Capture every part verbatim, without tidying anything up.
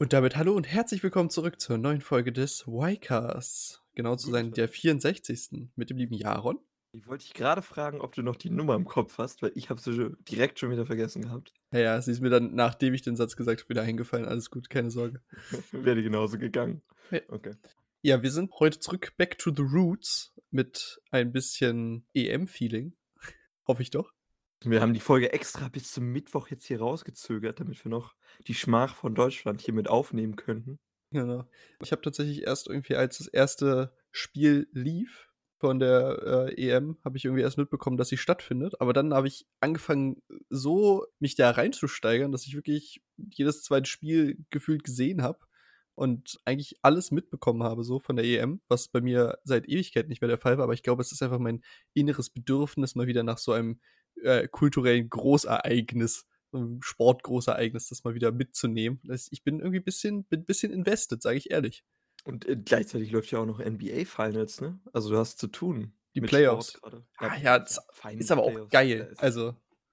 Und damit hallo und herzlich willkommen zurück zur neuen Folge des Y-Casts. Genau zu Guten sein, der Tag. vierundsechzigsten mit dem lieben Jaron. Ich wollte dich gerade fragen, ob du noch die Nummer im Kopf hast, weil ich habe sie scho direkt schon wieder vergessen gehabt. Ja, ja, sie ist mir dann, nachdem ich den Satz gesagt habe, wieder eingefallen. Alles gut, keine Sorge. Wäre dir genauso gegangen. Ja. Okay. Ja, wir sind heute zurück back to the roots mit ein bisschen E M-Feeling. Hoffe ich doch. Wir haben die Folge extra bis zum Mittwoch jetzt hier rausgezögert, damit wir noch die Schmach von Deutschland hier mit aufnehmen könnten. Genau. Ich habe tatsächlich erst irgendwie, als das erste Spiel lief von der, äh, E M, habe ich irgendwie erst mitbekommen, dass sie stattfindet. Aber dann habe ich angefangen, so mich da reinzusteigern, dass ich wirklich jedes zweite Spiel gefühlt gesehen habe und eigentlich alles mitbekommen habe so von der E M, was bei mir seit Ewigkeit nicht mehr der Fall war. Aber ich glaube, es ist einfach mein inneres Bedürfnis, mal wieder nach so einem, äh, kulturellen Großereignis, so 'n Sportgroßereignis, das mal wieder mitzunehmen. Das ich bin irgendwie bisschen bin bisschen invested, sage ich ehrlich. Und, äh, gleichzeitig läuft ja auch noch N B A Finals, ne? Also, du hast zu tun Die mit Sport Playoffs. grade. Ja, Ah ja, ja, z ist Finals, aber auch Playoffs, da geil. ist Also,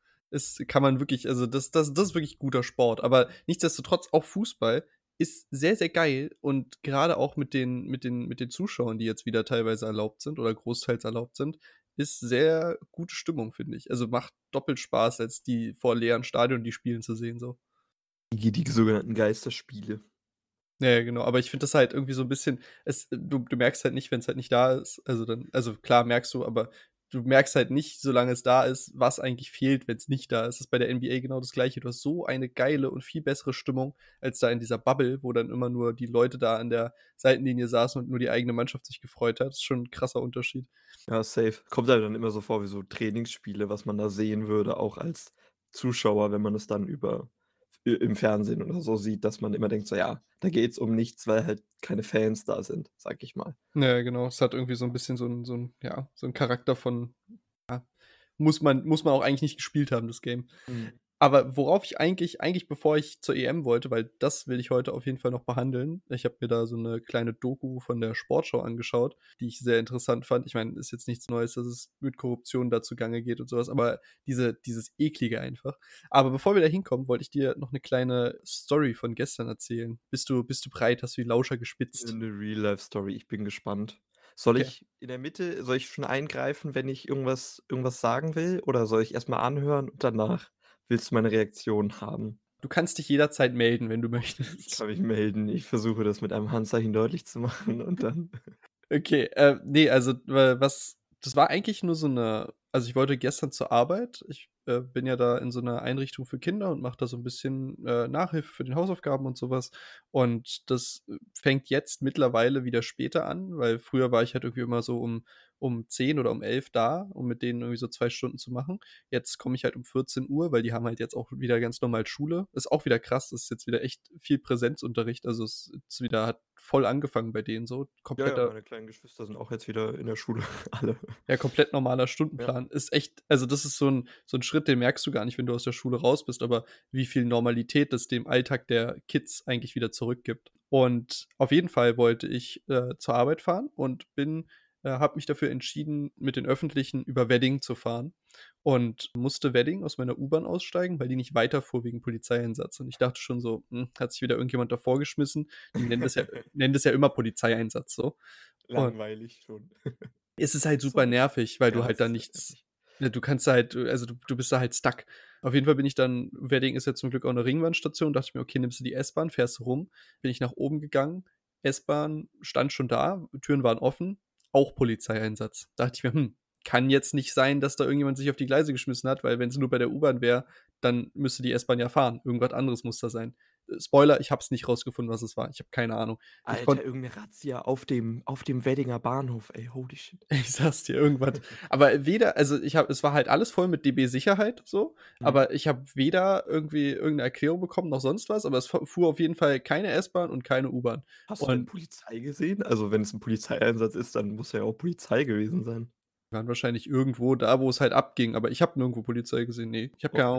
es kann man wirklich also, das das das ist wirklich guter Sport. Aber nichtsdestotrotz auch Fußball ist sehr, sehr geil und grade auch mit den mit den mit den Zuschauern, die jetzt wieder teilweise erlaubt sind oder großteils erlaubt sind, ist sehr gute Stimmung, finde ich. Also, macht doppelt Spaß, als die vor leeren Stadion die spielen zu sehen so. Die die sogenannten Geisterspiele. Ja, ja, genau. Aber ich finde das halt irgendwie so 'n bisschen es du du merkst halt nicht, wenn's halt nicht da ist. Also, dann also, klar merkst du, aber du merkst halt nicht, solange es da ist, was eigentlich fehlt, wenn's nicht da ist. Das ist bei der N B A genau das Gleiche. Du hast so eine geile und viel bessere Stimmung als da in dieser Bubble, wo dann immer nur die Leute da an der Seitenlinie saßen und nur die eigene Mannschaft sich gefreut hat. Das ist schon 'n krasser Unterschied. Ja, safe. Kommt einem dann immer so vor wie so Trainingsspiele, was man da sehen würde, auch als Zuschauer, wenn man es dann über i im Fernsehen oder so sieht, dass man immer denkt so: „Ja, da geht's um nichts, weil halt keine Fans da sind“, sage ich mal. Ja, ja, genau. Es hat irgendwie so 'n bisschen so 'n so 'n ja, so 'n Charakter von, ja, muss man muss man auch eigentlich nicht gespielt haben, das Game. Mhm. Aber worauf ich eigentlich eigentlich bevor ich zur E M wollte, weil das will ich heute auf jeden Fall noch behandeln. Ich habe mir da so 'ne kleine Doku von der Sportschau angeschaut, die ich sehr interessant fand. Ich meine, ist jetzt nichts Neues, dass es mit Korruption da zugange geht und so was, aber diese dieses Eklige einfach. Aber bevor wir da hinkommen, wollte ich dir noch 'ne kleine Story von gestern erzählen. Bist du bist du bereit? Hast du die Lauscher gespitzt? 'Ne Real-Life-Story, ich bin gespannt. Soll Okay. ich in der Mitte soll ich schon eingreifen, wenn ich irgendwas irgendwas sagen will, oder soll ich erst mal anhören und danach willst du meine Reaktion haben? Du kannst dich jederzeit melden, wenn du Ich möchtest. kann mich melden. Ich versuche das mit einem Handzeichen deutlich zu machen und dann Okay, äh, ne, also, wa was das war eigentlich nur so 'ne also, ich wollte gestern zur Arbeit. Ich, äh, bin ja da in so 'ner Einrichtung für Kinder und mache da so 'n bisschen, äh, Nachhilfe für den Hausaufgaben und so was. Und das, äh, fängt jetzt mittlerweile wieder später an, weil früher war ich halt irgendwie immer so um um zehn oder um elf da, um mit denen irgendwie so zwei Stunden zu machen. Jetzt komme ich halt um vierzehn Uhr, weil die haben halt jetzt auch wieder ganz normal Schule. Ist auch wieder krass, ist jetzt wieder echt viel Präsenzunterricht. Also, es ist wieder hat voll angefangen bei denen so, Ja, ja, kompletter meine kleinen Geschwister sind auch jetzt wieder in der Schule, alle. Ja, komplett normaler Ja. Stundenplan. Ist echt also, das ist so 'n so 'n Schritt, den merkst du gar nicht, wenn du aus der Schule raus bist, aber wie viel Normalität das dem Alltag der Kids eigentlich wieder zurückgibt. Und auf jeden Fall wollte ich, äh, zur Arbeit fahren und bin äh, habe mich dafür entschieden, mit den Öffentlichen über Wedding zu fahren und musste Wedding aus meiner U-Bahn aussteigen, weil die nicht weiterfuhr wegen Polizeieinsatz. Und ich dachte schon so: „Hm, hat sich wieder irgendjemand davor geschmissen?“ Die nennen das ja nennen das ja immer Polizeieinsatz so. Und Langweilig schon. es ist halt super Sorry. nervig, weil du Ja, halt es da ist sehr nichts nervig. ne, du kannst da halt also, du du bist da halt stuck. Auf jeden Fall bin ich dann Wedding ist ja zum Glück auch 'ne Ringbahnstation, dachte ich mir: „Okay, nimmst du die S-Bahn, fährst rum.“ Bin ich nach oben gegangen, S-Bahn stand schon da, Türen waren offen, auch Polizeieinsatz. Dachte ich mir: „Hm, kann jetzt nicht sein, dass da irgendjemand sich auf die Gleise geschmissen hat, weil wenn's nur bei der U-Bahn wäre, dann müsste die S-Bahn ja fahren. Irgendwas anderes muss da sein.“ Äh, Spoiler, ich habe es nicht rausgefunden, was es war. Ich habe keine Ahnung. Ich Alter, konnte irgend 'ne Razzia auf dem auf dem Weddinger Bahnhof, ey, holy shit. Ich sage es dir, irgendwas. Aber weder also, ich habe es war halt alles voll mit DB Sicherheit so, Mhm. aber ich habe weder irgendwie irgend 'ne Erklärung bekommen noch sonst was, aber es fu fuhr auf jeden Fall keine S-Bahn und keine U-Bahn. Hast du denn Und Polizei gesehen? Also, wenn es 'n Polizeieinsatz ist, dann muss ja auch Polizei gewesen sein. waren wahrscheinlich irgendwo da, wo es halt abging, aber ich habe nirgendwo Polizei gesehen, ne. Ich habe keine Okay. Ahnung.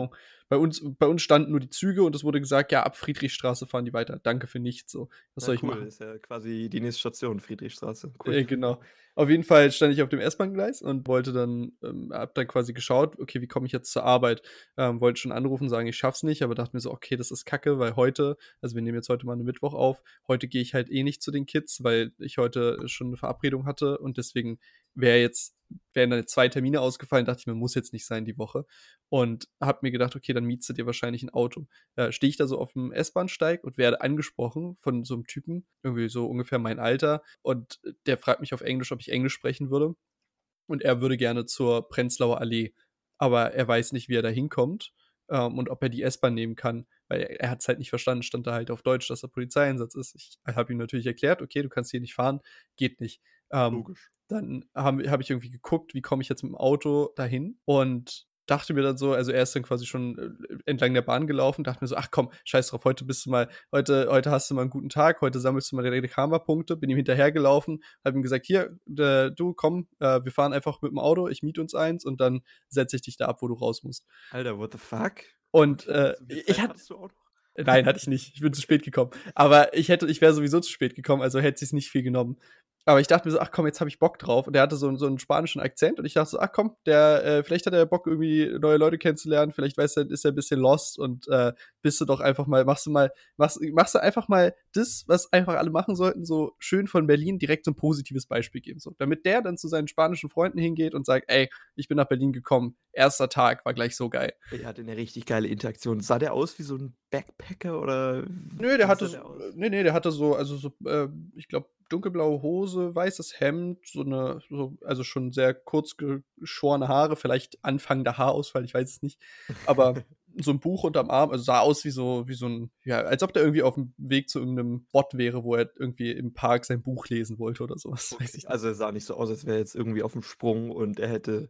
Bei uns, bei uns standen nur die Züge und es wurde gesagt, ja, ab Friedrichstraße fahren die weiter. Danke für nichts. So, was Na soll ich cool, machen? ist ja quasi die nächste Station, Friedrichstraße. Cool. Äh, genau. Auf jeden Fall stand ich auf dem S-Bahn-Gleis und wollte dann, ähm, hab dann quasi geschaut, okay, wie komme ich jetzt zur Arbeit? Ähm, wollte schon anrufen, sagen, ich schaff's nicht, aber dachte mir so, okay, das ist kacke, weil heute, also wir nehmen jetzt heute mal einen Mittwoch auf, heute gehe ich halt eh nicht zu den Kids, weil ich heute schon eine Verabredung hatte und deswegen wäre jetzt, wären dann zwei Termine ausgefallen, dachte ich mir, muss jetzt nicht sein die Woche. Und hab mir gedacht, okay, dann mietst du dir wahrscheinlich ein Auto. Äh, stehe ich da so auf dem S-Bahnsteig und werde angesprochen von so einem Typen, irgendwie so ungefähr mein Alter. Und der fragt mich auf Englisch, ob ich Englisch sprechen würde. Und er würde gerne zur Prenzlauer Allee. Aber er weiß nicht, wie er da hinkommt ähm, und ob er die S-Bahn nehmen kann. Weil er, er hat es halt nicht verstanden, stand da halt auf Deutsch, dass der Polizeieinsatz ist. Ich habe ihm natürlich erklärt, okay, du kannst hier nicht fahren, geht nicht. Ähm, Logisch. dann habe hab ich irgendwie geguckt, wie komme ich jetzt mit dem Auto dahin und dachte mir dann so, also er ist dann quasi schon äh, entlang der Bahn gelaufen, dachte mir so, ach komm, scheiß drauf, heute bist du mal, heute, heute hast du mal einen guten Tag, heute sammelst du mal deine Karma-Punkte, bin ihm hinterhergelaufen, hab ihm gesagt, hier, äh, du, komm, äh, wir fahren einfach mit dem Auto, ich miete uns eins und dann setze ich dich da ab, wo du raus musst. Alter, what the fuck? Und Okay, äh, so viel ich Zeit hatte, hattest du auch noch? nein, hatte ich nicht. Ich bin zu spät gekommen. Aber ich hätte, ich wäre sowieso zu spät gekommen, also hätte es nicht viel genommen. Aber ich dachte mir so, ach komm, jetzt habe ich Bock drauf. Und der hatte so, so einen spanischen Akzent und ich dachte so, ach komm, der, äh, vielleicht hat er Bock, irgendwie neue Leute kennenzulernen, vielleicht weiß er, ist er ein bisschen lost und äh, bist du doch einfach mal, machst du mal, machst, machst du einfach mal das, was einfach alle machen sollten, so schön von Berlin direkt so ein positives Beispiel geben. So. Damit der dann zu seinen spanischen Freunden hingeht und sagt, ey, ich bin nach Berlin gekommen, erster Tag war gleich so geil. Er hatte eine richtig geile Interaktion. Sah der aus wie so ein Backpacker oder Nö, der wie hatte sah so, der aus? nee, nee, der hatte so, also so, äh, ich glaube, dunkelblaue Hose, weißes Hemd, so eine, so, also schon sehr kurz geschorene Haare, vielleicht anfangender Haarausfall, ich weiß es nicht. Aber so ein Buch unterm Arm, also sah aus wie so, wie so ein, ja, als ob der irgendwie auf dem Weg zu irgendeinem Ort wäre, wo er irgendwie im Park sein Buch lesen wollte oder sowas. Weiß Okay, ich nicht. also er sah nicht so aus, als wäre er jetzt irgendwie auf dem Sprung und er hätte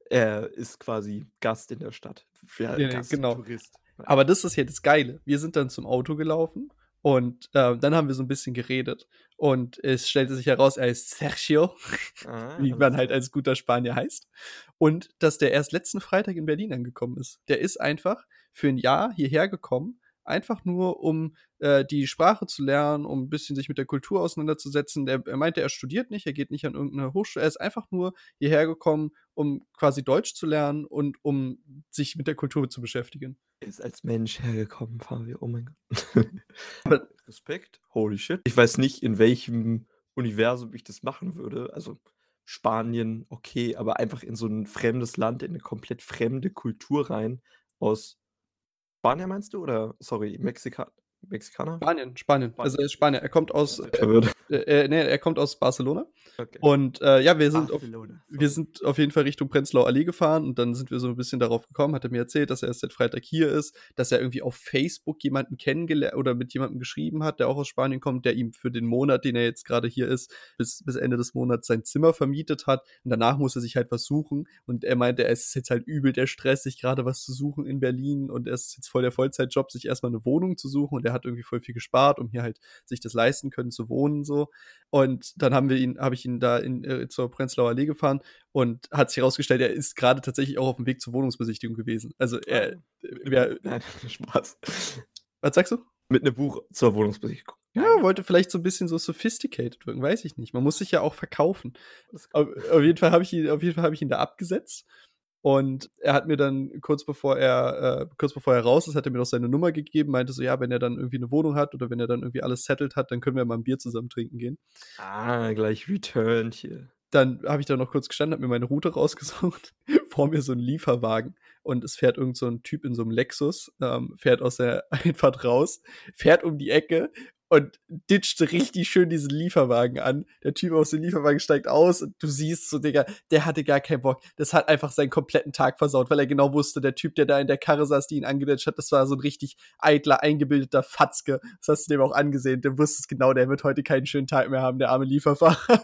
er ist quasi Gast in der Stadt. Ja, Nee, nee, Gast, genau. Tourist. Ja. Aber das ist ja das Geile. Wir sind dann zum Auto gelaufen und äh, dann haben wir so ein bisschen geredet. Und es stellte sich heraus, er ist Sergio, Ah, wie man alles halt klar. als guter Spanier heißt. Und dass der erst letzten Freitag in Berlin angekommen ist. Der ist einfach für ein Jahr hierher gekommen, einfach nur, um äh, die Sprache zu lernen, um ein bisschen sich mit der Kultur auseinanderzusetzen. Der, er meinte, er studiert nicht, er geht nicht an irgendeine Hochschule, er ist einfach nur hierher gekommen, um quasi Deutsch zu lernen und um sich mit der Kultur zu beschäftigen. Er ist als Mensch hergekommen, Fabio. Oh mein Gott. Aber Respekt. Holy shit. Ich weiß nicht, in welchem Universum ich das machen würde. Also Spanien, okay, aber einfach in so ein fremdes Land, in eine komplett fremde Kultur rein. Aus Spanier meinst du? Oder, sorry, Mexika Mexikaner? Spanien, Spanien. Also Spanien. er ist Spanier. Er kommt aus, Ja, äh, verwirrt. äh, nee, er kommt aus Barcelona. Okay. Und äh, ja, wir sind, auf, Barcelona. wir Sorry. sind auf jeden Fall Richtung Prenzlauer Allee gefahren und dann sind wir so ein bisschen darauf gekommen, hat er mir erzählt, dass er erst seit Freitag hier ist, dass er irgendwie auf Facebook jemanden kennengelernt oder mit jemandem geschrieben hat, der auch aus Spanien kommt, der ihm für den Monat, den er jetzt gerade hier ist, bis, bis Ende des Monats sein Zimmer vermietet hat und danach muss er sich halt was suchen und er meinte, es ist jetzt halt übel der Stress, sich gerade was zu suchen in Berlin und es ist jetzt voll der Vollzeitjob, sich erstmal eine Wohnung zu suchen und er hat irgendwie voll viel gespart, um hier halt sich das leisten können zu wohnen so und dann haben wir ihn, habe ich ihn da in, äh, zur Prenzlauer Allee gefahren und hat sich herausgestellt, er ist gerade tatsächlich auch auf dem Weg zur Wohnungsbesichtigung gewesen. Also er, Ah, wer, nein, Spaß. was sagst du? Mit einem Buch zur Wohnungsbesichtigung. Ja, Nein. wollte vielleicht so ein bisschen so sophisticated wirken, weiß ich nicht. Man muss sich ja auch verkaufen. Alles Auf, auf jeden Fall habe ich ihn, auf jeden Fall habe ich ihn da abgesetzt. Und er hat mir dann kurz bevor er, äh, kurz bevor er raus ist, hat er mir noch seine Nummer gegeben, meinte so, ja, wenn er dann irgendwie eine Wohnung hat oder wenn er dann irgendwie alles settled hat, dann können wir mal ein Bier zusammen trinken gehen. Ah, gleich returned hier. Dann habe ich da noch kurz gestanden, habe mir meine Route rausgesucht, vor mir so ein Lieferwagen und es fährt irgend so ein Typ in so einem Lexus, ähm, fährt aus der Einfahrt raus, fährt um die Ecke und ditcht richtig schön diesen Lieferwagen an. Der Typ aus dem Lieferwagen steigt aus und du siehst so, Digga, der hatte gar keinen Bock. Das hat einfach seinen kompletten Tag versaut, weil er genau wusste, der Typ, der da in der Karre saß, die ihn angeditscht hat, das war so ein richtig eitler, eingebildeter Fatzke. Das hast du dem auch angesehen. Der wusste es genau, der wird heute keinen schönen Tag mehr haben, der arme Lieferfahrer.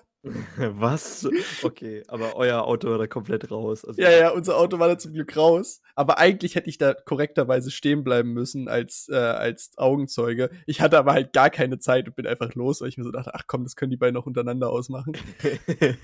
Was? Okay, aber euer Auto war da komplett raus. Also Ja, ja, unser Auto war da zum Glück raus. Aber eigentlich hätte ich da korrekterweise stehen bleiben müssen als, äh, als Augenzeuge. Ich hatte aber halt gar keine Zeit und bin einfach los, weil ich mir so dachte, ach komm, das können die beiden noch untereinander ausmachen.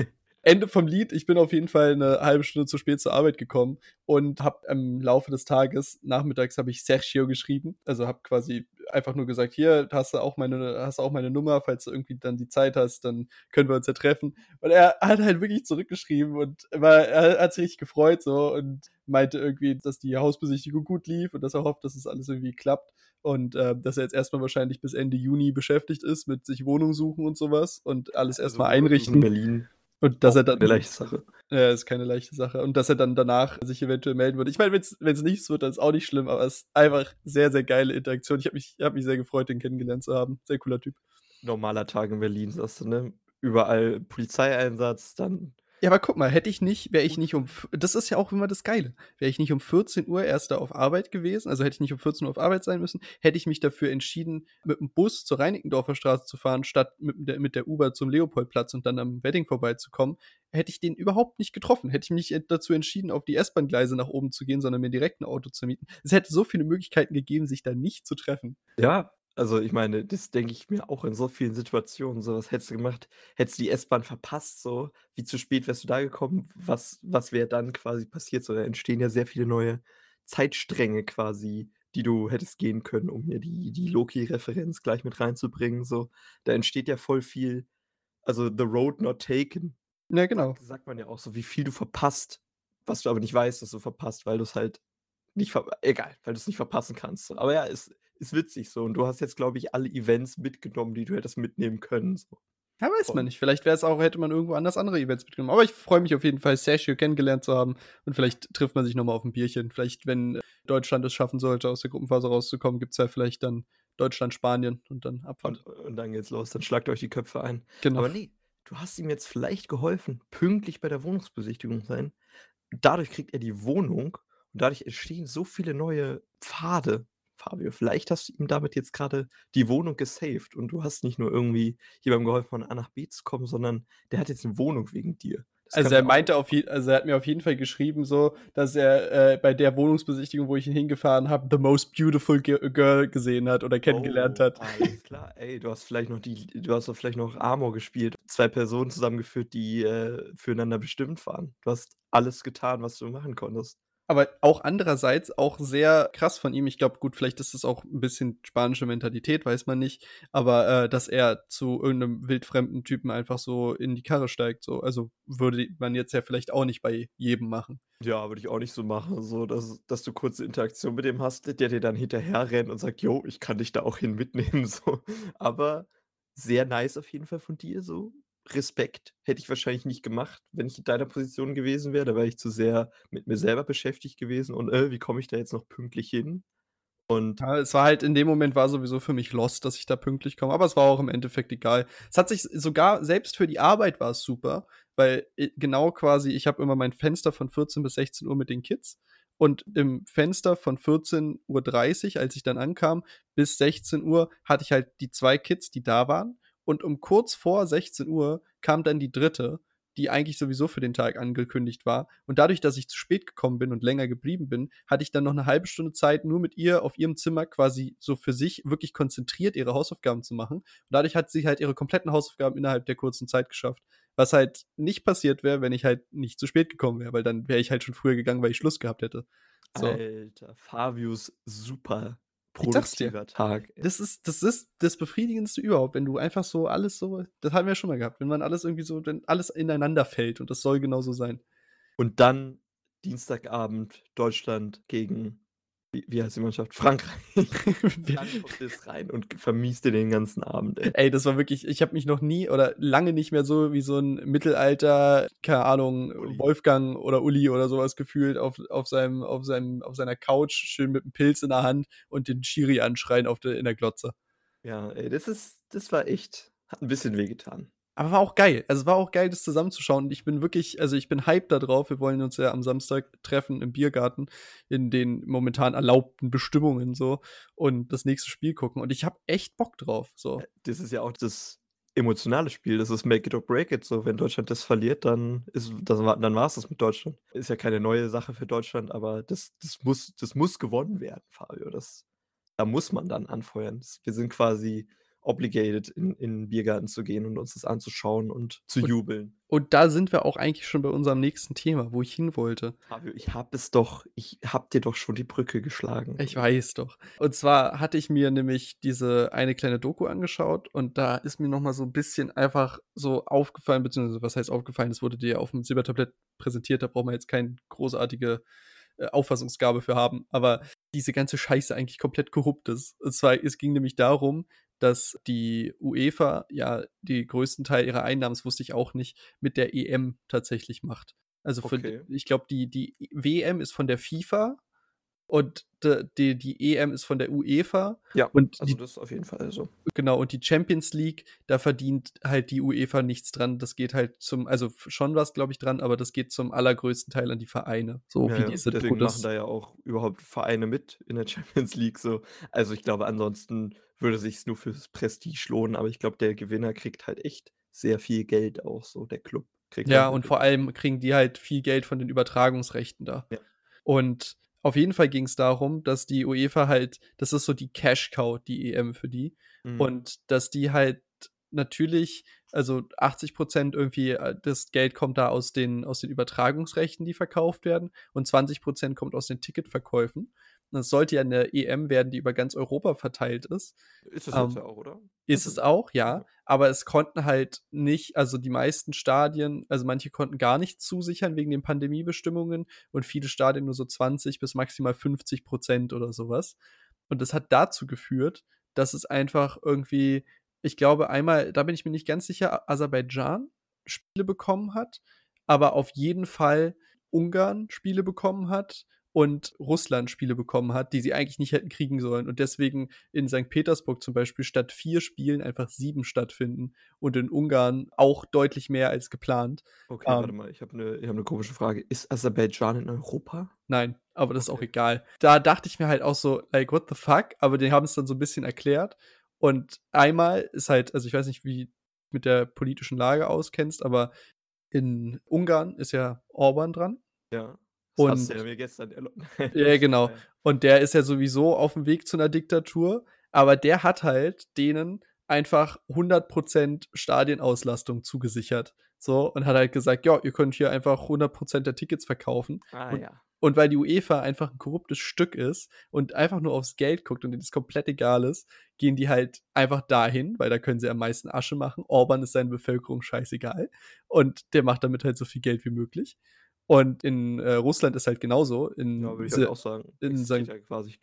Ende vom Lied, ich bin auf jeden Fall eine halbe Stunde zu spät zur Arbeit gekommen und habe im Laufe des Tages, nachmittags habe ich Sergio geschrieben, also habe quasi einfach nur gesagt, hier, hast du auch meine, hast du auch meine Nummer, falls du irgendwie dann die Zeit hast, dann können wir uns ja treffen. Und er hat halt wirklich zurückgeschrieben und war, er hat sich richtig gefreut so und meinte irgendwie, dass die Hausbesichtigung gut lief und dass er hofft, dass es alles irgendwie klappt. Und äh, dass er jetzt erstmal wahrscheinlich bis Ende Juni beschäftigt ist mit sich Wohnung suchen und sowas und alles Also erstmal Wohnung suchen in einrichten. Berlin, Und dass auch er dann, eine leichte Sache. ja, ist keine leichte Sache. Und dass er dann danach sich eventuell melden würde. Ich meine, wenn es nichts wird, dann ist auch nicht schlimm, aber es ist einfach sehr, sehr geile Interaktion. Ich habe mich, hab mich sehr gefreut, den kennengelernt zu haben. Sehr cooler Typ. Normaler Tag in Berlin, sagst du, ne? Überall Polizeieinsatz, dann Ja, aber guck mal, hätte ich nicht, wäre ich Gut. nicht um, f- das ist ja auch immer das Geile, wäre ich nicht um vierzehn Uhr erst da auf Arbeit gewesen, also hätte ich nicht um vierzehn Uhr auf Arbeit sein müssen, hätte ich mich dafür entschieden, mit dem Bus zur Reinickendorfer Straße zu fahren, statt mit der, mit der Uber zum Leopoldplatz und dann am Wedding vorbeizukommen, hätte ich den überhaupt nicht getroffen. Hätte ich mich nicht dazu entschieden, auf die S-Bahn-Gleise nach oben zu gehen, sondern mir direkt ein Auto zu mieten. Es hätte so viele Möglichkeiten gegeben, sich da nicht zu treffen. Ja, also ich meine, das denke ich mir auch in so vielen Situationen so: „Was hättest du gemacht? Hättest du die S-Bahn verpasst so? Wie zu spät wärst du da gekommen? Was was wäre dann quasi passiert?“ So, da entstehen ja sehr viele neue Zeitstränge quasi, die du hättest gehen können, um hier die die Loki-Referenz gleich mit reinzubringen, so. Da entsteht ja voll viel, also the road not taken, Ja, sagt genau. sagt man ja auch so, wie viel du verpasst, was du aber nicht weißt, dass du verpasst, weil du's halt nicht ver egal, weil du's nicht verpassen kannst so. Aber ja, ist ist witzig so, und du hast jetzt, glaube ich, alle Events mitgenommen, die du hättest mitnehmen können so Ja, weiß man von nicht. Vielleicht wäre es auch, hätte man irgendwo anders andere Events mitgenommen. Aber ich freue mich auf jeden Fall, Sergio kennengelernt zu haben. Und vielleicht trifft man sich noch mal auf ein Bierchen. Vielleicht, wenn äh, Deutschland es schaffen sollte, aus der Gruppenphase rauszukommen, gibt's ja vielleicht dann Deutschland, Spanien und dann und Abfahrt. und dann geht's los, dann schlagt euch die Köpfe ein. Genau. Aber ne, du hast ihm jetzt vielleicht geholfen, pünktlich bei der Wohnungsbesichtigung sein. Dadurch kriegt er die Wohnung und dadurch entstehen so viele neue Pfade, Fabio. Vielleicht hast du ihm damit jetzt grade die Wohnung gesaved und du hast nicht nur irgendwie jemandem geholfen, von A nach B zu kommen, sondern der hat jetzt 'ne Wohnung wegen dir. Das Also, könnte er ja auch meinte auf je also, er hat mir auf jeden Fall geschrieben so, dass er, äh, bei der Wohnungsbesichtigung, wo ich ihn hingefahren habe, the most beautiful gi girl gesehen hat oder kennengelernt Oh, hat. alles klar. Ey, du hast vielleicht noch die du hast doch vielleicht noch Amor gespielt, zwei Personen zusammengeführt, die, äh, füreinander bestimmt waren. Du hast alles getan, was du machen konntest. Aber auch andererseits auch sehr krass von ihm. Ich glaube, gut, vielleicht ist das auch ein bisschen spanische Mentalität, weiß man nicht, aber, äh, dass er zu irgendeinem wildfremden Typen einfach so in die Karre steigt so. Also, würde man jetzt ja vielleicht auch nicht bei jedem machen. Ja, würde ich auch nicht so machen, so dass dass du kurze Interaktion mit dem hast, der dir dann hinterherrennt und sagt: „Jo, ich kann dich da auch hin mitnehmen“, so. Aber sehr nice auf jeden Fall von dir so. Respekt. Hätte ich wahrscheinlich nicht gemacht, wenn ich in deiner Position gewesen wäre. Da wäre ich zu sehr mit mir selber beschäftigt gewesen und: „Äh, wie komme ich da jetzt noch pünktlich hin?“ Und Ja, es war halt in dem Moment war sowieso für mich lost, dass ich da pünktlich komme, aber es war auch im Endeffekt egal. Es hat sich sogar selbst für die Arbeit war es super, weil äh, genau quasi ich habe immer mein Fenster von vierzehn bis sechzehn Uhr mit den Kids und im Fenster von vierzehn Uhr dreißig, als ich dann ankam, bis sechzehn Uhr hatte ich halt die zwei Kids, die da waren und um kurz vor sechzehn Uhr kam dann die dritte, die eigentlich sowieso für den Tag angekündigt war. Und dadurch, dass ich zu spät gekommen bin und länger geblieben bin, hatte ich dann noch eine halbe Stunde Zeit, nur mit ihr auf ihrem Zimmer quasi so für sich wirklich konzentriert ihre Hausaufgaben zu machen. Und dadurch hat sie halt ihre kompletten Hausaufgaben innerhalb der kurzen Zeit geschafft. Was halt nicht passiert wäre, wenn ich halt nicht zu spät gekommen wäre, weil dann wäre ich halt schon früher gegangen, weil ich Schluss gehabt hätte. So. Alter, Fabius super Ich sag's dir. produktiver Tag, ey. Das ist das ist das Befriedigendste überhaupt, wenn du einfach so alles so das haben wir ja schon mal gehabt, wenn man alles irgendwie so wenn alles ineinander fällt und das soll genauso sein. Und dann Dienstagabend Deutschland gegen wie wie heißt die Mannschaft? Frankreich. Dann kommt es rein und vermiest dir den ganzen Abend, ey. Ey, das war wirklich ich habe mich noch nie oder lange nicht mehr so wie so 'n Mittelalter, keine Ahnung, Uli. Wolfgang oder Uli oder so was gefühlt auf auf seinem auf seinem auf seiner Couch, schön mit 'm Pilz in der Hand und den Schiri anschreien auf der in der Glotze. Ja, ey, das ist das war echt hat 'n bisschen wehgetan. Aber war auch geil. Also, war auch geil, das zusammenzuschauen und ich bin wirklich also, ich bin hyped da drauf. Wir wollen uns ja am Samstag treffen im Biergarten in den momentan erlaubten Bestimmungen so und das nächste Spiel gucken und ich habe echt Bock drauf, so. Äh, das ist ja auch das emotionale Spiel, das ist make it or break it so. Wenn Deutschland das verliert, dann ist das war dann war's das mit Deutschland. Ist ja keine neue Sache für Deutschland, aber das das muss das muss gewonnen werden, Fabio. Das da muss man dann anfeuern. Das wir sind quasi obligated, in in 'n Biergarten zu gehen und uns das anzuschauen und zu Und jubeln. und da sind wir auch eigentlich schon bei unserem nächsten Thema, wo ich hin wollte. Fabio, ich habe es doch ich habe dir doch schon die Brücke geschlagen. Ich weiß doch. Und zwar hatte ich mir nämlich diese eine kleine Doku angeschaut und da ist mir noch mal so 'n bisschen einfach so aufgefallen, beziehungsweise was heißt aufgefallen, es wurde dir ja auf'm Silbertablett präsentiert, da braucht man jetzt kein großartige, äh, Auffassungsgabe für haben, aber diese ganze Scheiße eigentlich komplett korrupt ist. Und zwar, es ging nämlich darum, dass die UEFA ja die größten Teil ihrer Einnahmen, das wusste ich auch nicht, mit der E M tatsächlich macht. Also für d Okay. ich glaube, die die W M ist von der FIFA und d die die E M ist von der UEFA Ja, und also die das ist auf jeden Fall so. genau, und die Champions League, da verdient halt die UEFA nichts dran. Das geht halt zum also f schon was, glaube ich, dran, aber das geht zum allergrößten Teil an die Vereine, so Ja, wie ja, diese deswegen machen Todes da ja auch überhaupt Vereine mit in der Champions League so. Also, ich glaube, ansonsten würde sich's nur fürs Prestige lohnen, aber ich glaube, der Gewinner kriegt halt echt sehr viel Geld auch so. Der Club kriegt dann Ja, halt und vor wirklich allem kriegen die halt viel Geld von den Übertragungsrechten da. Ja. Und auf jeden Fall ging's darum, dass die UEFA halt das ist so die Cash Cow, die E M für die. Mhm. Und dass die halt natürlich also achtzig Prozent irgendwie, äh, das Geld kommt da aus den aus den Übertragungsrechten, die verkauft werden, und zwanzig Prozent kommt aus den Ticketverkäufen. Und es sollte ja 'ne E M werden, die über ganz Europa verteilt ist. Ist es jetzt Ähm, ja auch, oder? ist es Also, auch, ja. ja, aber es konnten halt nicht also die meisten Stadien also manche konnten gar nicht zusichern wegen den Pandemiebestimmungen und viele Stadien nur so zwanzig bis maximal fünfzig Prozent oder so was. Und das hat dazu geführt, dass es einfach irgendwie ich glaube einmal, da bin ich mir nicht ganz sicher, A Aserbaidschan Spiele bekommen hat, aber auf jeden Fall Ungarn Spiele bekommen hat und Russland Spiele bekommen hat, die sie eigentlich nicht hätten kriegen sollen und deswegen in Sankt Petersburg zum Beispiel statt vier Spielen einfach sieben stattfinden und in Ungarn auch deutlich mehr als geplant. Okay, warte Ähm mal, ich habe 'ne ich habe 'ne komische Frage. Ist Aserbaidschan in Europa? Nein, aber das ist auch Okay. egal. Da dachte ich mir halt auch so: „Like, what the fuck?“ Aber die haben's dann so 'n bisschen erklärt. Und einmal ist halt also ich weiß nicht, wie mit der politischen Lage auskennst, aber in Ungarn ist ja Orbán dran. Ja, das hast du ja Und mir gestern erläu Ja, genau. Ja. Und der ist ja sowieso auf'm Weg zu 'ner Diktatur, aber der hat halt denen einfach hundert Prozent Stadienauslastung zugesichert, so, und hat halt gesagt: „Ja, ihr könnt hier einfach hundert Prozent der Tickets verkaufen.“ Ah, Und ja. und weil die UEFA einfach 'n korruptes Stück ist und einfach nur aufs Geld guckt und denen das komplett egal ist, gehen die halt einfach dahin, weil da können sie am meisten Asche machen. Orbán ist seiner Bevölkerung scheißegal und der macht damit halt so viel Geld wie möglich. Und in, äh, Russland ist halt genauso. Ja, In würde ich halt se auch sagen. in Existiert Sankt ja quasi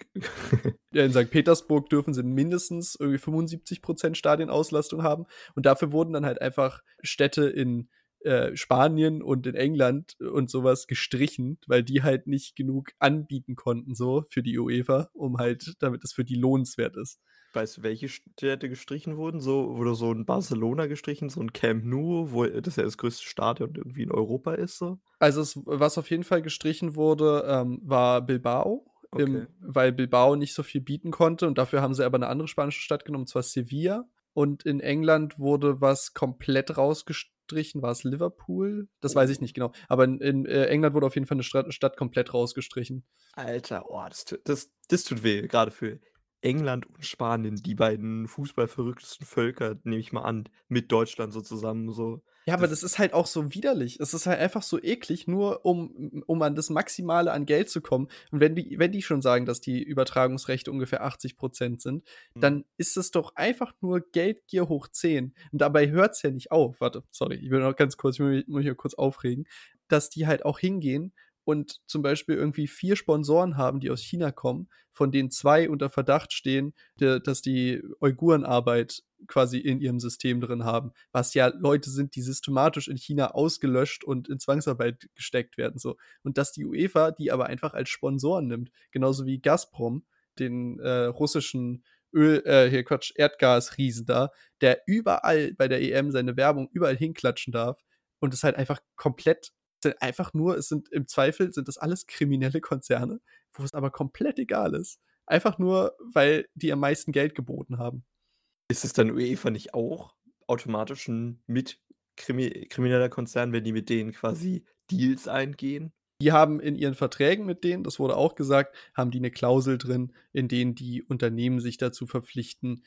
ja, in Sankt Petersburg dürfen sie mindestens irgendwie fünfundsiebzig Prozent Stadienauslastung haben. Und dafür wurden dann halt einfach Städte in, äh, Spanien und in England und so was gestrichen, weil die halt nicht genug anbieten konnten so für die UEFA, um halt damit es für die lohnenswert ist. Weißt du, welche Städte gestrichen wurden? So wurde so 'n Barcelona gestrichen, so 'n Camp Nou, wo das ja das größte Stadion irgendwie in Europa ist so? Also es was auf jeden Fall gestrichen wurde, ähm, war Bilbao, Okay. ähm, weil Bilbao nicht so viel bieten konnte und dafür haben sie aber 'ne andere spanische Stadt genommen, und zwar Sevilla. Und in England wurde was komplett rausgestrichen. War's Liverpool? Das weiß ich Oh. nicht genau. Aber in in, äh, England wurde auf jeden Fall 'ne Strat Stadt komplett rausgestrichen. Alter, oh, das tut das das tut weh, grade für England und Spanien, die beiden fußballverrücktesten Völker, nehme ich mal an, mit Deutschland so zusammen so. Ja, aber Das das ist halt auch so widerlich. Es ist halt einfach so eklig, nur um um an das Maximale an Geld zu kommen. Und wenn die wenn die schon sagen, dass die Übertragungsrechte ungefähr achtzig Prozent sind, Mhm. dann ist es doch einfach nur Geldgier hoch zehn. Und dabei hört's ja nicht auf. Warte, sorry, ich will noch ganz kurz ich will mich muss mich kurz aufregen, dass die halt auch hingehen und zum Beispiel irgendwie vier Sponsoren haben, die aus China kommen, von denen zwei unter Verdacht stehen, d dass die Uigurenarbeit quasi in ihrem System drin haben, was ja Leute sind, die systematisch in China ausgelöscht und in Zwangsarbeit gesteckt werden so. Und dass die UEFA die aber einfach als Sponsoren nimmt, genauso wie Gazprom, den, äh, russischen Öl äh, hier Quatsch, Erdgasriesen da, der überall bei der E M seine Werbung überall hinklatschen darf und es halt einfach komplett einfach nur es sind im Zweifel sind das alles kriminelle Konzerne, wo es aber komplett egal ist. Einfach nur, weil die am meisten Geld geboten haben. Ist es dann UEFA nicht auch automatisch 'n mit krimi krimineller Konzern, wenn die mit denen quasi Deals eingehen? Die haben in ihren Verträgen mit denen, das wurde auch gesagt, haben die 'ne Klausel drin, in denen die Unternehmen sich dazu verpflichten,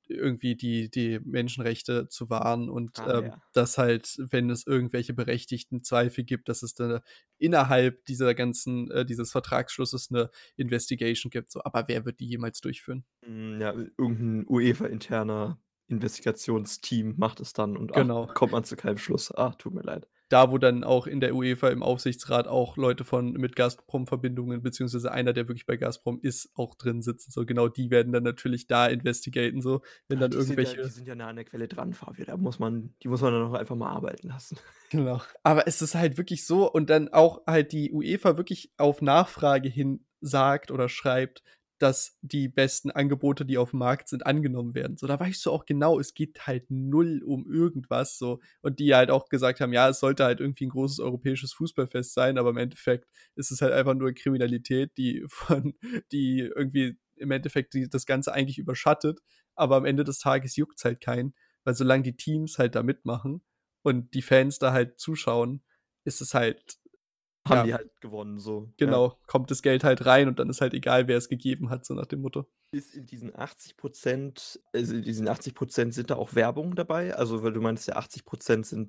irgendwie die die Menschenrechte zu wahren und, Ah, ähm, ja. dass halt, wenn es irgendwelche berechtigten Zweifel gibt, dass es da innerhalb dieser ganzen äh, dieses Vertragsschlusses 'ne Investigation gibt, so. Aber wer wird die jemals durchführen? Hm, ja, irgend 'n UEFA-interner Investigationsteam macht es dann und, ach, Genau. kommt man zu keinem Schluss. Ah, tut mir leid. Da, wo dann auch in der UEFA im Aufsichtsrat auch Leute von mit Gazprom-Verbindungen beziehungsweise einer, der wirklich bei Gazprom ist, auch drin sitzen, so. Genau, die werden dann natürlich da investigaten, so, wenn Ah, dann die sind ja die irgendwelche sind ja nah an der Quelle dran, Fabio. Da muss man die muss man dann auch einfach mal arbeiten lassen. Genau. Aber es ist halt wirklich so und dann auch halt die UEFA wirklich auf Nachfrage hin sagt oder schreibt, dass die besten Angebote, die aufm Markt sind, angenommen werden. So, da weißt du auch genau, es geht halt null um irgendwas so. Und die halt auch gesagt haben: „Ja, es sollte halt irgendwie 'n großes europäisches Fußballfest sein“, aber im Endeffekt ist es halt einfach nur Kriminalität, die von die irgendwie im Endeffekt die das Ganze eigentlich überschattet. Aber am Ende des Tages juckt's halt keinen, weil solange die Teams halt da mitmachen und die Fans da halt zuschauen, ist es halt Haben die ja halt gewonnen so, ja. genau, kommt das Geld halt rein und dann ist halt egal, wer es gegeben hat, so nach dem Motto. Ist in diesen achtzig Prozent also, in diesen achtzig Prozent sind da auch Werbung dabei? Also, weil du meintest ja, achtzig Prozent sind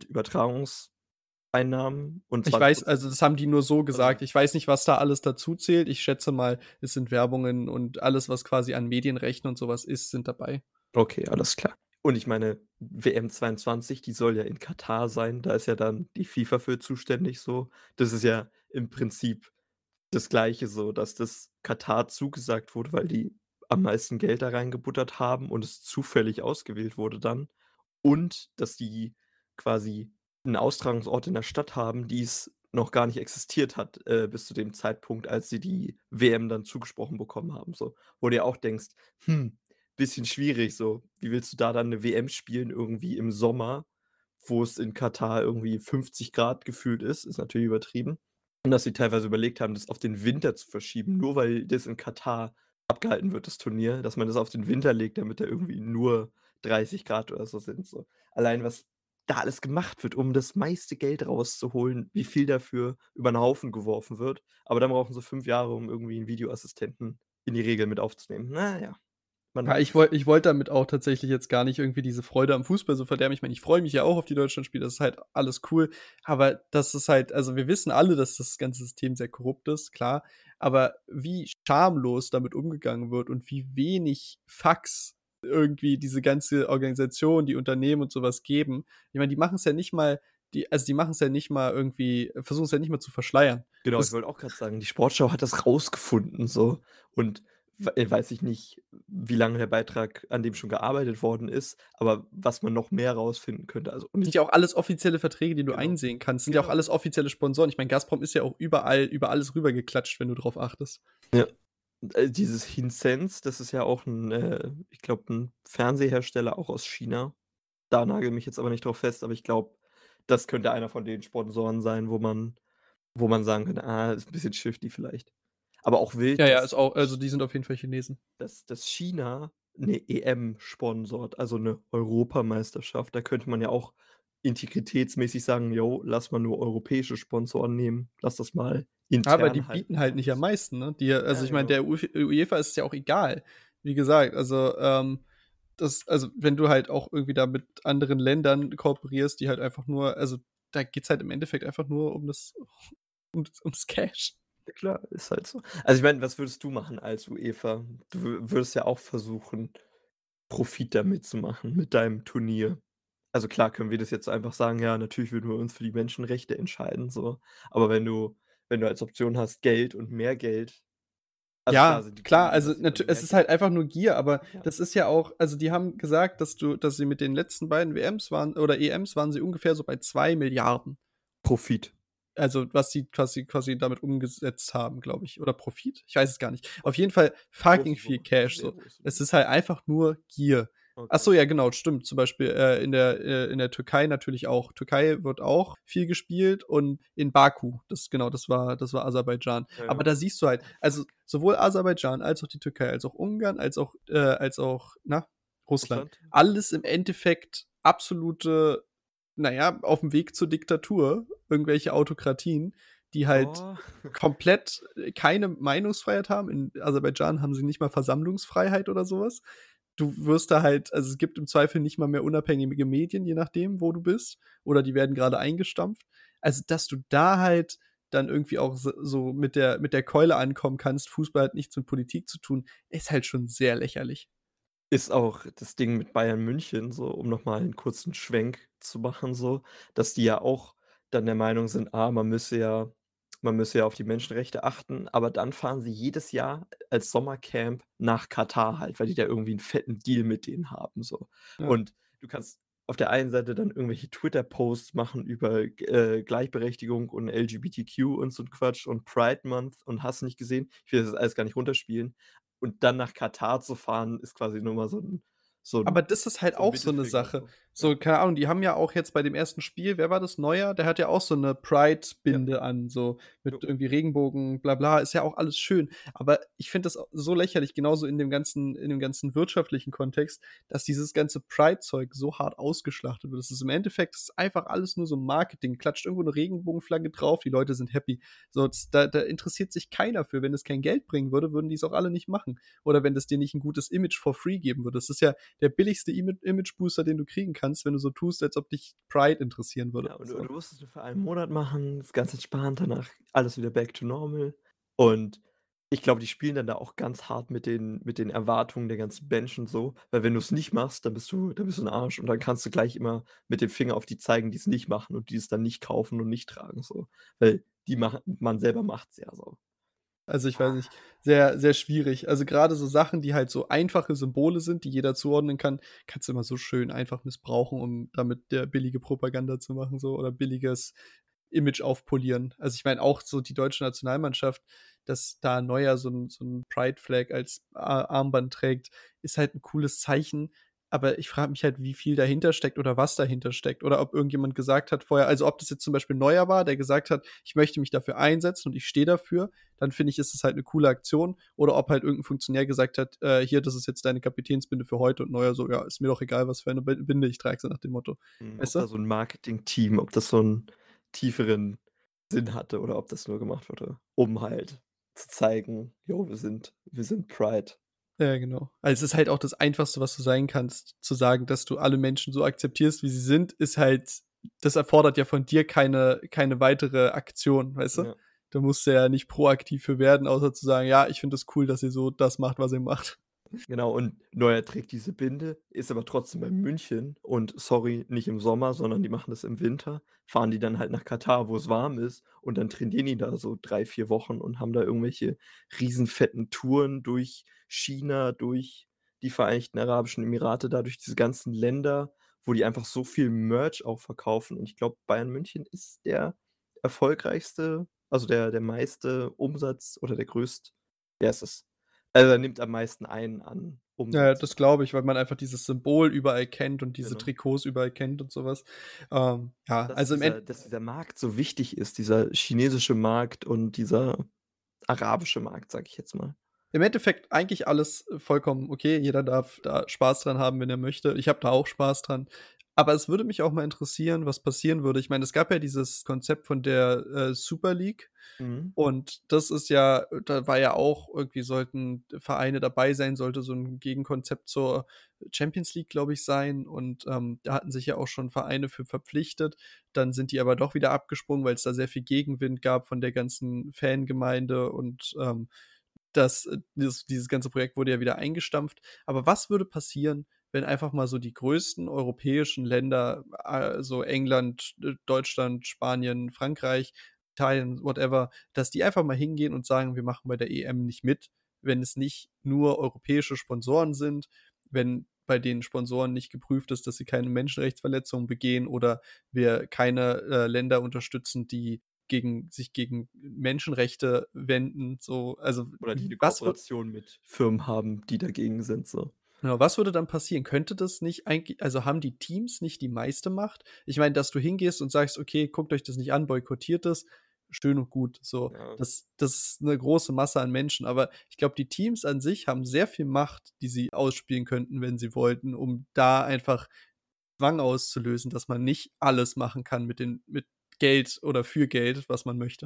Übertragungseinnahmen und Ich zwanzig weiß Prozent also, das haben die nur so also gesagt. Ich weiß nicht, was da alles dazu zählt. Ich schätze mal, es sind Werbungen und alles, was quasi an Medienrechten und so was ist, sind dabei. Okay, alles klar. Und ich meine, WM zweiundzwanzig, die soll ja in Katar sein. Da ist ja dann die FIFA für zuständig so. Das ist ja im Prinzip das Gleiche so, dass das Katar zugesagt wurde, weil die am meisten Geld da reingebuttert haben und es zufällig ausgewählt wurde dann. Und dass die quasi 'n Austragungsort in der Stadt haben, die es noch gar nicht existiert hat, äh, bis zu dem Zeitpunkt, als sie die WM dann zugesprochen bekommen haben so. Wo du dir auch denkst: „Hm, bisschen schwierig so. Wie willst du da dann 'ne WM spielen irgendwie im Sommer, wo es in Katar irgendwie fünfzig Grad gefühlt ist?“ Ist natürlich übertrieben. Und dass sie teilweise überlegt haben, das auf den Winter zu verschieben, nur weil das in Katar abgehalten wird, das Turnier, dass man das auf den Winter legt, damit da irgendwie nur dreißig Grad oder so sind so. Allein, was da alles gemacht wird, um das meiste Geld rauszuholen, wie viel dafür über 'n Haufen geworfen wird. Aber dann brauchen sie fünf Jahre, um irgendwie 'n Videoassistenten in die Regeln mit aufzunehmen. Na ja, man Ja, weiß ich es woll ich wollte damit auch tatsächlich jetzt gar nicht irgendwie diese Freude am Fußball so verderben. Ich meine, ich freue mich ja auch auf die Deutschlandspiele, das ist halt alles cool. Aber das ist halt also, wir wissen alle, dass das ganze System sehr korrupt ist, klar. Aber wie schamlos damit umgegangen wird und wie wenig Fucks irgendwie diese ganze Organisation, die Unternehmen und so was geben. Ich meine, die machen's ja nicht mal die also, die machen's ja nicht mal irgendwie versuchen's ja nicht mal zu verschleiern. Genau, ich Das wollte auch grad sagen, die Sportschau hat das rausgefunden so und wei weiß ich nicht, wie lange der Beitrag an dem schon gearbeitet worden ist, aber was man noch mehr rausfinden könnte, also und Sind ich ja auch alles offizielle Verträge, die du Genau, einsehen kannst. Sind ja auch genau. alles offizielle Sponsoren. Ich meine, Gazprom ist ja auch überall über alles rüber geklatscht, wenn du drauf achtest. Ja. Äh, dieses Hisense, das ist ja auch 'n, äh, ich glaube, 'n Fernsehersteller auch aus China. Da nagel mich jetzt aber nicht drauf fest, aber ich glaube, das könnte einer von den Sponsoren sein, wo man wo man sagen könnte: „Ah, ist 'n bisschen shifty vielleicht.“ Aber auch Ja, wild, ja, ist dass auch also, Ch die sind auf jeden Fall Chinesen. dass dass China 'ne EM sponsort, also, 'ne Europameisterschaft. Da könnte man ja auch integritätsmäßig sagen: „Jo, lass mal nur europäische Sponsoren nehmen. Lass das mal Aber die intern bieten halten halt nicht am alles.“ meisten, ne? Die also, Ja, ich meine, genau. der Uf UEFA ist es ja auch egal. Wie gesagt, also, ähm, das also, wenn du halt auch irgendwie da mit anderen Ländern kooperierst, die halt einfach nur also, da geht's halt im Endeffekt einfach nur um das um das ums Cash. Ja klar, ist halt so. Also, ich meine, was würdest du machen als UEFA? Du wü würdest ja auch versuchen, Profit damit zu machen mit deinem Turnier. Also, klar können wir das jetzt einfach sagen: „Ja, natürlich würden wir uns für die Menschenrechte entscheiden“, so. Aber wenn du wenn du als Option hast, Geld und mehr Geld also, klar Ja, sind die klar, Gründe, also, dass sie natü dann es mehr ist halt Geld einfach nur Gier, aber Ja. das ist ja auch also, die haben gesagt, dass du dass sie mit den letzten beiden WMs waren oder EMs waren sie ungefähr so bei zwei Milliarden Profit. Also, was sie quasi quasi damit umgesetzt haben, glaube ich. Oder Profit? Ich weiß es gar nicht. Auf jeden Fall fucking Große viel Summe, Cash sehr so. große Es Summe. ist halt einfach nur Gier. Ach Okay. so, ja, genau, stimmt. Zum Beispiel, äh, in der äh, in der Türkei natürlich auch. Türkei wird auch viel gespielt und in Baku. Das genau, das war das war Aserbaidschan. Ja, Aber ja. da siehst du halt Oh, also, fuck. sowohl Aserbaidschan als auch die Türkei, als auch Ungarn, als auch äh, als auch, na, Russland. Russland? Alles im Endeffekt absolute na ja, aufm Weg zur Diktatur, irgendwelche Autokratien, die halt Oh. komplett keine Meinungsfreiheit haben. In Aserbaidschan haben sie nicht mal Versammlungsfreiheit oder so was. du wirst da halt also, es gibt im Zweifel nicht mal mehr unabhängige Medien, je nachdem, wo du bist, oder die werden grade eingestampft. Also, dass du da halt dann irgendwie auch s so mit der mit der Keule ankommen kannst, Fußball hat nichts mit Politik zu tun, ist halt schon sehr lächerlich. Ist auch das Ding mit Bayern München so, um noch mal 'n kurzen Schwenk zu machen so, dass die ja auch dann der Meinung sind, ah, man müsse ja man müsse ja auf die Menschenrechte achten, aber dann fahren sie jedes Jahr als Sommercamp nach Katar halt, weil die da irgendwie 'n fetten Deal mit denen haben so. Ja. Und du kannst auf der einen Seite dann irgendwelche Twitter-Posts machen über, g äh, Gleichberechtigung und LGBTQ und so 'n Quatsch und Pride Month und hast du nicht gesehen. Ich will das jetzt alles gar nicht runterspielen. Und dann nach Katar zu fahren, ist quasi nur mal so 'n so Aber 'n das ist halt so 'n auch so 'ne Mittelfinger Sache. so, So, ja. keine Ahnung, die haben ja auch jetzt bei dem ersten Spiel wer war das, Neuer? Der hat ja auch so 'ne Ja. Pride-Binde an, so Jo. mit irgendwie Regenbogen, bla bla, ist ja auch alles schön. Aber ich finde das a so lächerlich, genauso in dem ganzen in dem ganzen wirtschaftlichen Kontext, dass dieses ganze Pride-Zeug so hart ausgeschlachtet wird. Das ist im Endeffekt das ist einfach alles nur so Marketing. Klatscht irgendwo 'ne Regenbogenflagge drauf, die Leute sind happy. So, das da da interessiert sich keiner für. Wenn es kein Geld bringen würde, würden die's auch alle nicht machen. Oder wenn das dir nicht 'n gutes Image for free geben würde. Das ist ja der billigste Imi Image-Booster, den du kriegen kannst, wenn du so tust, als ob dich Pride interessieren würde, Ja, und du so. du musst es nur für einen Monat machen, ist ganz entspannt, danach alles wieder back to normal. Und ich glaube, die spielen dann da auch ganz hart mit den mit den Erwartungen der ganzen Menschen so, weil wenn du's nicht machst, dann bist du dann bist du 'n Arsch und dann kannst du gleich immer mit dem Finger auf die zeigen, die's nicht machen und die es dann nicht kaufen und nicht tragen so. Weil die machen man selber macht's ja so. Also, ich weiß nicht, sehr, sehr schwierig. Also, grade so Sachen, die halt so einfache Symbole sind, die jeder zuordnen kann, kannst du immer so schön einfach missbrauchen, um damit der billige Propaganda zu machen so oder billiges Image aufpolieren. Also, ich meine auch so die deutsche Nationalmannschaft, dass da Neuer so 'n so 'n Pride Flag als A Armband trägt, ist halt 'n cooles Zeichen. Aber ich frage mich halt, wie viel dahinter steckt oder was dahinter steckt oder ob irgendjemand gesagt hat vorher also, ob das jetzt zum Beispiel Neuer war, der gesagt hat: „Ich möchte mich dafür einsetzen und ich stehe dafür“, dann finde ich, ist es halt 'ne coole Aktion. Oder ob halt irgend 'n Funktionär gesagt hat: „Äh, hier, das ist jetzt deine Kapitänsbinde für heute“ und Neuer so: „Ja, ist mir doch egal, was für eine Bi Binde ich trage“, so nach dem Motto. Mhm, ob Weißt da du? so 'n Marketingteam ob das so 'n tieferen Sinn hatte oder ob das nur gemacht wurde, um halt zu zeigen: „Jo, wir sind wir sind Pride.“ Ja, genau. Also, es ist halt auch das Einfachste, was du sein kannst, zu sagen, dass du alle Menschen so akzeptierst, wie sie sind, ist halt das erfordert ja von dir keine keine weitere Aktion, weißt du? Ja. Da musst du ja nicht proaktiv für werden, außer zu sagen: „Ja, ich finde es cool, dass ihr so das macht, was ihr macht.“ Genau, und Neuer trägt diese Binde, ist aber trotzdem bei München und sorry, nicht im Sommer, sondern die machen das im Winter, fahren die dann halt nach Katar, wo es warm ist und dann trainieren die da so drei, vier Wochen und haben da irgendwelche riesenfetten Touren durch China, durch die Vereinigten Arabischen Emirate, da durch diese ganzen Länder, wo die einfach so viel Merch auch verkaufen. Und ich glaube, Bayern München ist der erfolgreichste, also, der der meiste Umsatz oder der größt wer ist es? Also, er nimmt am meisten ein an Ja, ja, Umsatz das so. glaube ich, weil man einfach dieses Symbol überall kennt und diese Genau. Trikots überall kennt und so was. Ähm, ja, Dass also, im End dieser dass dieser Markt so wichtig ist, dieser chinesische Markt und dieser arabische Markt, sage ich jetzt mal. Im Endeffekt eigentlich alles vollkommen okay. Jeder darf da Spaß dran haben, wenn er möchte. Ich habe da auch Spaß dran. Aber es würde mich auch mal interessieren, was passieren würde. Ich meine, es gab ja dieses Konzept von der, äh, Super League Mhm. und das ist ja da war ja auch irgendwie sollten Vereine dabei sein, sollte so 'n Gegenkonzept zur Champions League, glaube ich, sein. Und, ähm, da hatten sich ja auch schon Vereine für verpflichtet. Dann sind die aber doch wieder abgesprungen, weil's da sehr viel Gegenwind gab von der ganzen Fangemeinde und, ähm, das äh, dieses dieses ganze Projekt wurde ja wieder eingestampft. Aber was würde passieren, wenn einfach mal so die größten europäischen Länder, a so England, D Deutschland, Spanien, Frankreich, Italien, whatever, dass die einfach mal hingehen und sagen: „Wir machen bei der EM nicht mit“, wenn es nicht nur europäische Sponsoren sind, wenn bei den Sponsoren nicht geprüft ist, dass sie keine Menschenrechtsverletzungen begehen oder wir keine, äh, Länder unterstützen, die gegen sich gegen Menschenrechte wenden, so. Also, Oder die 'ne was wür Kooperation mit Firmen haben, die dagegen sind, so. Ja, was würde dann passieren? Könnte das nicht eigentlich also, haben die Teams nicht die meiste Macht? Ich meine, dass du hingehst und sagst: „Okay, guckt euch das nicht an, boykottiert das“, schön und gut, so. Ja. Das das ist 'ne große Masse an Menschen. Aber ich glaube, die Teams an sich haben sehr viel Macht, die sie ausspielen könnten, wenn sie wollten, um da einfach Zwang auszulösen, dass man nicht alles machen kann mit den mit Geld oder für Geld, was man möchte.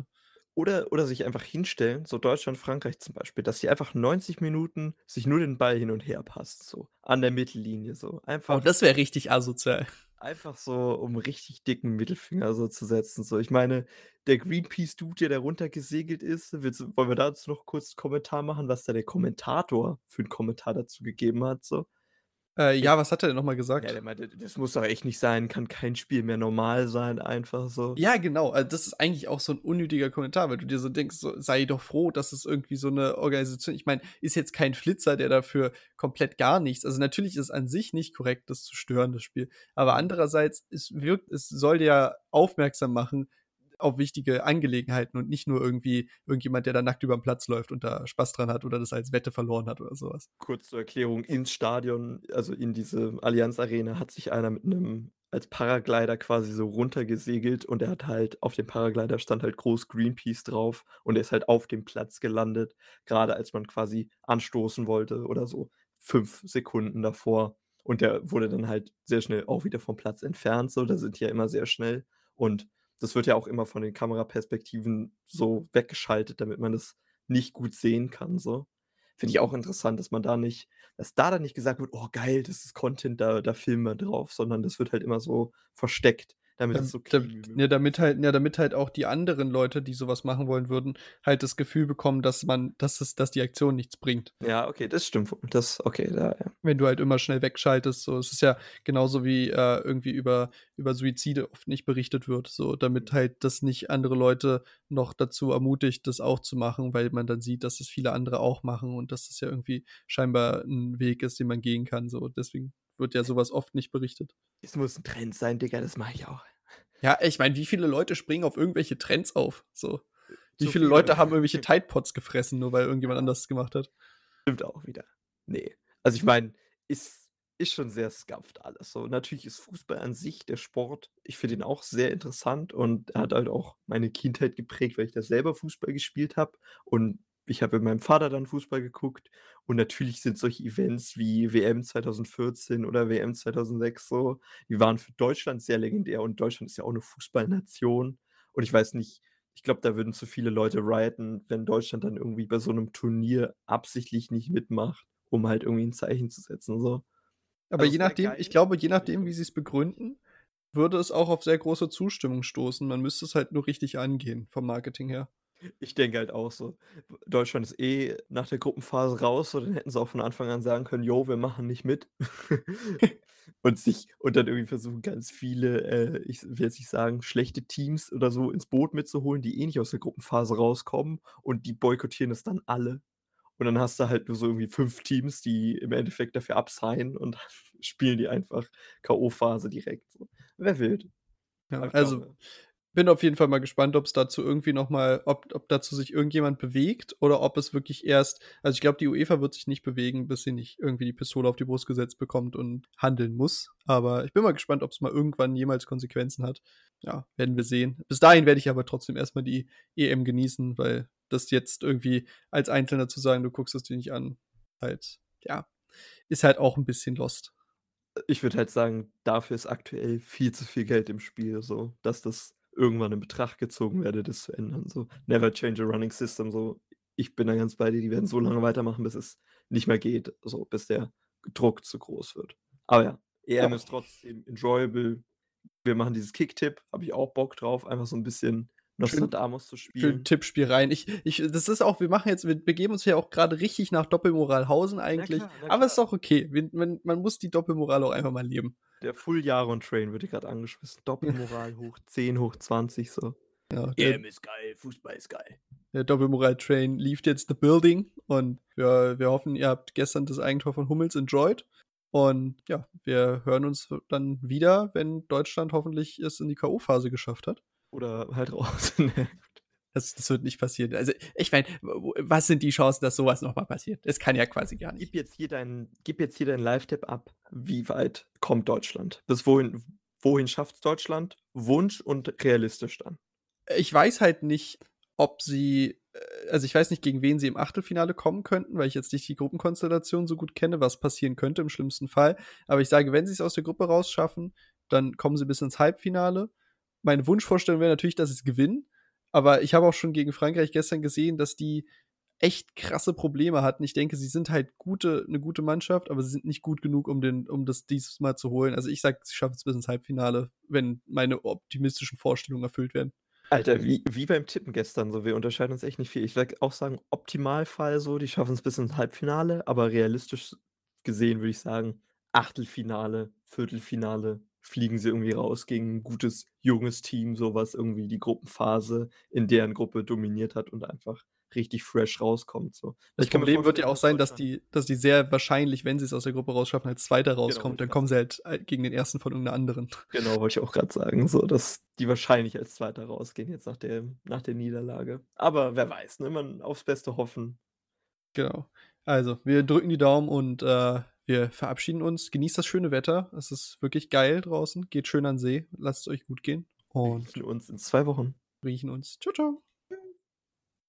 Oder oder sich einfach hinstellen, so Deutschland, Frankreich zum Beispiel, dass sie einfach neunzig Minuten sich nur den Ball hin und her passt, so an der Mittellinie so. Oh, Einfach das wäre richtig asozial. einfach so, um richtig dicken Mittelfinger so zu setzen, so. Ich meine, der Greenpeace-Dude, der da runtergesegelt ist, willst du wollen wir dazu noch kurz 'n Kommentar machen, was da der Kommentator für 'n Kommentar dazu gegeben hat so? Äh, ja, Echt? was hat er denn noch mal Ja, der gesagt? meinte: „Das muss doch echt nicht sein, kann kein Spiel mehr normal sein“, einfach so. Ja, genau. Also, das ist eigentlich auch so 'n unnötiger Kommentar, weil du dir so denkst, so: „Sei doch froh, dass es irgendwie so 'ne Organisation“, ich meine, ist jetzt kein Flitzer, der dafür komplett gar nichts, also, natürlich ist es an sich nicht korrekt, das zu stören, das Spiel. Aber Mhm. andererseits, es wirkt es soll ja aufmerksam machen auf wichtige Angelegenheiten und nicht nur irgendwie irgendjemand, der da nackt übern Platz läuft und da Spaß dran hat oder das als Wette verloren hat oder so was. Kurz zur Erklärung, ins Stadion, also in diese Allianz Arena, hat sich einer mit 'nem als Paraglider quasi so runtergesegelt und der hat halt auf dem Paraglider stand halt groß Greenpeace drauf und er ist halt auf dem Platz gelandet, grade als man quasi anstoßen wollte oder so fünf Sekunden davor. Und der wurde dann halt sehr schnell auch wieder vom Platz entfernt so, da sind die ja immer sehr schnell. Und das wird ja auch immer von den Kameraperspektiven so weggeschaltet, damit man das nicht gut sehen kann so. Finde ich auch interessant, dass man da nicht dass da dann nicht gesagt wird: „Oh geil, das ist Content, da da filmen wir drauf“, sondern das wird halt immer so versteckt, damit es Ähm, so dam clean wie ja, möglich damit aussieht. halt ja, damit halt auch die anderen Leute, die so was machen wollen würden, halt das Gefühl bekommen, dass man dass es dass die Aktion nichts bringt. Ja, okay, das stimmt wohl. Das okay, da ja. Wenn du halt immer schnell wegschaltest, so. Es ist ja genauso wie, äh, irgendwie über über Suizide oft nicht berichtet wird, so, damit Mhm. halt das nicht andere Leute noch dazu ermutigt, das auch zu machen, weil man dann sieht, dass es viele andere auch machen und dass das ja irgendwie scheinbar 'n Weg ist, den man gehen kann, so. Deswegen wird ja so was oft nicht berichtet. Es muss 'n Trend sein, Digga, das mache ich auch. Ja, ich meine, wie viele Leute springen auf irgendwelche Trends auf, so? Äh, Wie zu viele viele. Leute haben irgendwelche Tide Pods gefressen, nur weil irgendjemand Ja. anders es gemacht hat? Stimmt auch wieder. Ne. Also, ich meine, ist ist schon sehr scuffed alles so. Natürlich ist Fußball an sich, der Sport ich finde ihn auch sehr interessant und er hat halt auch meine Kindheit geprägt, weil ich da selber Fußball gespielt habe und ich habe mit meinem Vater dann Fußball geguckt und natürlich sind solche Events wie WM zweitausendvierzehn oder WM zweitausendsechs so die waren für Deutschland sehr legendär und Deutschland ist ja auch 'ne Fußballnation und ich weiß nicht, ich glaube, da würden zu viele Leute rioten, wenn Deutschland dann irgendwie bei so 'nem Turnier absichtlich nicht mitmacht, um halt irgendwie 'n Zeichen zu setzen, so. Aber Also, je es wäre nachdem ich geil, glaube, je würde ich nachdem, wie trotzdem sie's nicht machen. begründen, würde es auch auf sehr große Zustimmung stoßen. Man müsste es halt nur richtig angehen vom Marketing her. Ich denke halt auch so. Deutschland ist eh nach der Gruppenphase raus, so, dann hätten sie auch von Anfang an sagen können: „Jo, wir machen nicht mit.“ Und sich und dann irgendwie versuchen, ganz viele, äh, ich will jetzt nicht sagen, schlechte Teams oder so ins Boot mitzuholen, die eh nicht aus der Gruppenphase rauskommen und die boykottieren das dann alle. Und dann hast du halt nur so irgendwie fünf Teams, die im Endeffekt dafür absignen und dann spielen die einfach K.O.-Phase direkt so. Wäre wild. Ja, Aber ich also, glaube bin auf jeden Fall mal gespannt, ob's dazu irgendwie noch mal ob ob dazu sich irgendjemand bewegt oder ob es wirklich erst also, ich glaube, die UEFA wird sich nicht bewegen, bis sie nicht irgendwie die Pistole auf die Brust gesetzt bekommt und handeln muss. Aber ich bin mal gespannt, ob's mal irgendwann jemals Konsequenzen hat. Ja, werden wir sehen. Bis dahin werde ich aber trotzdem erst mal die EM genießen, weil das jetzt irgendwie als Einzelner zu sagen: „Du guckst es dir nicht an“, halt ja, ist halt auch 'n bisschen lost. Äh, ich würde halt sagen, dafür ist aktuell viel zu viel Geld im Spiel so, dass das irgendwann in Betracht gezogen werde, das zu ändern so. Never change a running system so. Ich bin da ganz bei dir, die werden so lange weitermachen, bis es nicht mehr geht, so, bis der Druck zu groß wird. Aber ja, EM Ja. ist trotzdem enjoyable. Wir machen dieses Kicktipp, habe ich auch Bock drauf, einfach so 'n bisschen Schön Nostradamus zu schön spielen. Tippspiel rein. Ich ich das ist auch wir machen jetzt wir begeben uns ja auch grade richtig nach Doppelmoralhausen Na eigentlich, klar, na aber ist klar. auch okay. Wir man man muss die Doppelmoral auch einfach mal leben. Der Full-Jaron-Train wird hier grad angeschmissen. Doppelmoral hoch zehn, hoch zwanzig so. Ja, der EM ist geil, Fußball ist geil. der Doppelmoral-Train leaves jetzt the building und wir wir hoffen, ihr habt gestern das Eigentor von Hummels enjoyed. Und ja, wir hören uns dann wieder, wenn Deutschland hoffentlich es in die K.O.-Phase geschafft hat. Oder halt raus, ne? Das das wird nicht passieren. Also, ich meine, w w was sind die Chancen, dass so was noch mal passiert? Das kann ja quasi gar nicht. Gib jetzt hier deinen gib jetzt hier deinen Live-Tipp ab. Wie weit kommt Deutschland? Bis wohin wohin schafft's Deutschland? Wunsch und realistisch dann. Ich weiß halt nicht, ob sie äh, also, ich weiß nicht, gegen wen sie im Achtelfinale kommen könnten, weil ich jetzt nicht die Gruppenkonstellation so gut kenne, was passieren könnte im schlimmsten Fall. Aber ich sage, wenn sie's aus der Gruppe rausschaffen, dann kommen sie bis ins Halbfinale. Meine Wunschvorstellung wäre natürlich, dass sie's gewinnen, Aber ich habe auch schon gegen Frankreich gestern gesehen, dass die echt krasse Probleme hatten. Ich denke, sie sind halt gute 'ne gute Mannschaft, aber sie sind nicht gut genug, um den um das diesmal zu holen. Also, ich sage, sie schaffen's bis ins Halbfinale, wenn meine optimistischen Vorstellungen erfüllt werden. Alter, wie wie beim Tippen gestern so, wir unterscheiden uns echt nicht viel. Ich würde auch sagen, Optimalfall so, die schaffen's bis ins Halbfinale, aber realistisch gesehen würde ich sagen, Achtelfinale, Viertelfinale fliegen sie irgendwie raus gegen 'n gutes, junges Team, so was irgendwie die Gruppenphase in deren Gruppe dominiert hat und einfach richtig fresh rauskommt so. Das Ich kann mir Problem wird ja vorstellen, auch dass sein, dass Deutschland die dass die sehr wahrscheinlich, wenn sie's aus der Gruppe rausschaffen, als Zweiter Genau, rauskommen. wollte ich Dann grad kommen sie sagen. halt halt gegen den Ersten von irgend 'ner anderen. Genau, wollte ich auch grad sagen, so, dass die wahrscheinlich als Zweiter rausgehen jetzt nach dem nach der Niederlage. Aber wer weiß, ne? Man aufs Beste hoffen. Genau. Also, wir drücken die Daumen und, äh, wir verabschieden uns. Genießt das schöne Wetter. Es ist wirklich geil draußen. Geht schön an See. Lasst's euch gut gehen Wir und riechen uns in zwei Wochen. riechen uns. Tschau, tschau.